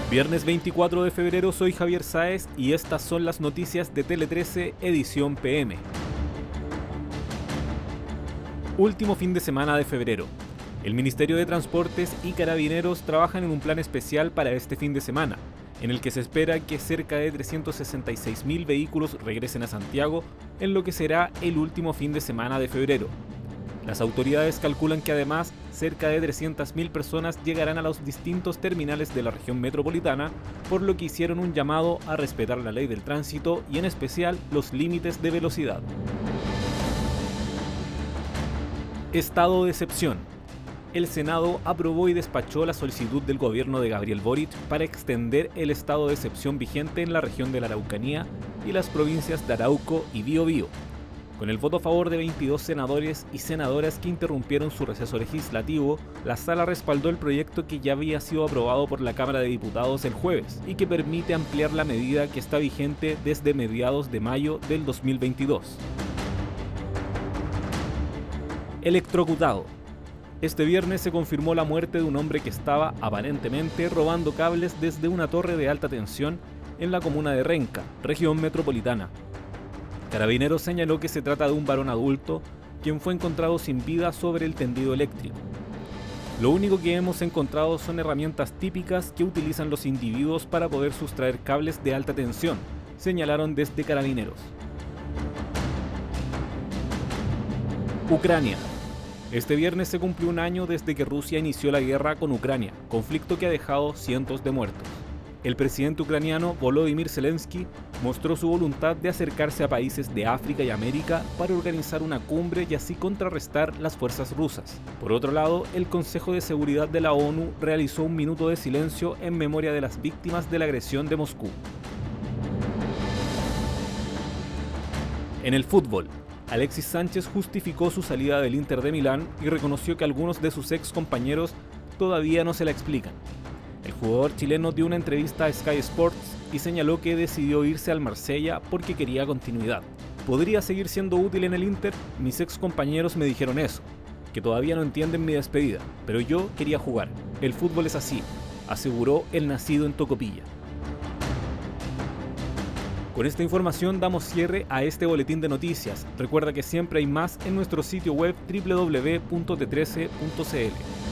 Viernes 24 de febrero, soy Javier Sáez y estas son las noticias de Tele 13, edición PM. Último fin de semana de febrero. El Ministerio de Transportes y Carabineros trabajan en un plan especial para este fin de semana, en el que se espera que cerca de 366.000 vehículos regresen a Santiago en lo que será el último fin de semana de febrero. Las autoridades calculan que además cerca de 300.000 personas llegarán a los distintos terminales de la región metropolitana, por lo que hicieron un llamado a respetar la ley del tránsito y en especial los límites de velocidad. Estado de excepción. El Senado aprobó y despachó la solicitud del gobierno de Gabriel Boric para extender el estado de excepción vigente en la región de la Araucanía y las provincias de Arauco y Biobío. Con el voto a favor de 22 senadores y senadoras que interrumpieron su receso legislativo, la sala respaldó el proyecto que ya había sido aprobado por la Cámara de Diputados el jueves y que permite ampliar la medida que está vigente desde mediados de mayo del 2022. Electrocutado. Este viernes se confirmó la muerte de un hombre que estaba aparentemente robando cables desde una torre de alta tensión en la comuna de Renca, región metropolitana. Carabineros señaló que se trata de un varón adulto quien fue encontrado sin vida sobre el tendido eléctrico. Lo único que hemos encontrado son herramientas típicas que utilizan los individuos para poder sustraer cables de alta tensión, señalaron desde Carabineros. Ucrania. Este viernes se cumplió un año desde que Rusia inició la guerra con Ucrania, conflicto que ha dejado cientos de muertos. El presidente ucraniano Volodymyr Zelensky mostró su voluntad de acercarse a países de África y América para organizar una cumbre y así contrarrestar las fuerzas rusas. Por otro lado, el Consejo de Seguridad de la ONU realizó un minuto de silencio en memoria de las víctimas de la agresión de Moscú. En el fútbol, Alexis Sánchez justificó su salida del Inter de Milán y reconoció que algunos de sus ex compañeros todavía no se la explican. El jugador chileno dio una entrevista a Sky Sports y señaló que decidió irse al Marsella porque quería continuidad. Podría seguir siendo útil en el Inter, mis ex compañeros me dijeron eso, que todavía no entienden mi despedida, pero yo quería jugar. El fútbol es así, aseguró el nacido en Tocopilla. Con esta información damos cierre a este boletín de noticias. Recuerda que siempre hay más en nuestro sitio web www.t13.cl.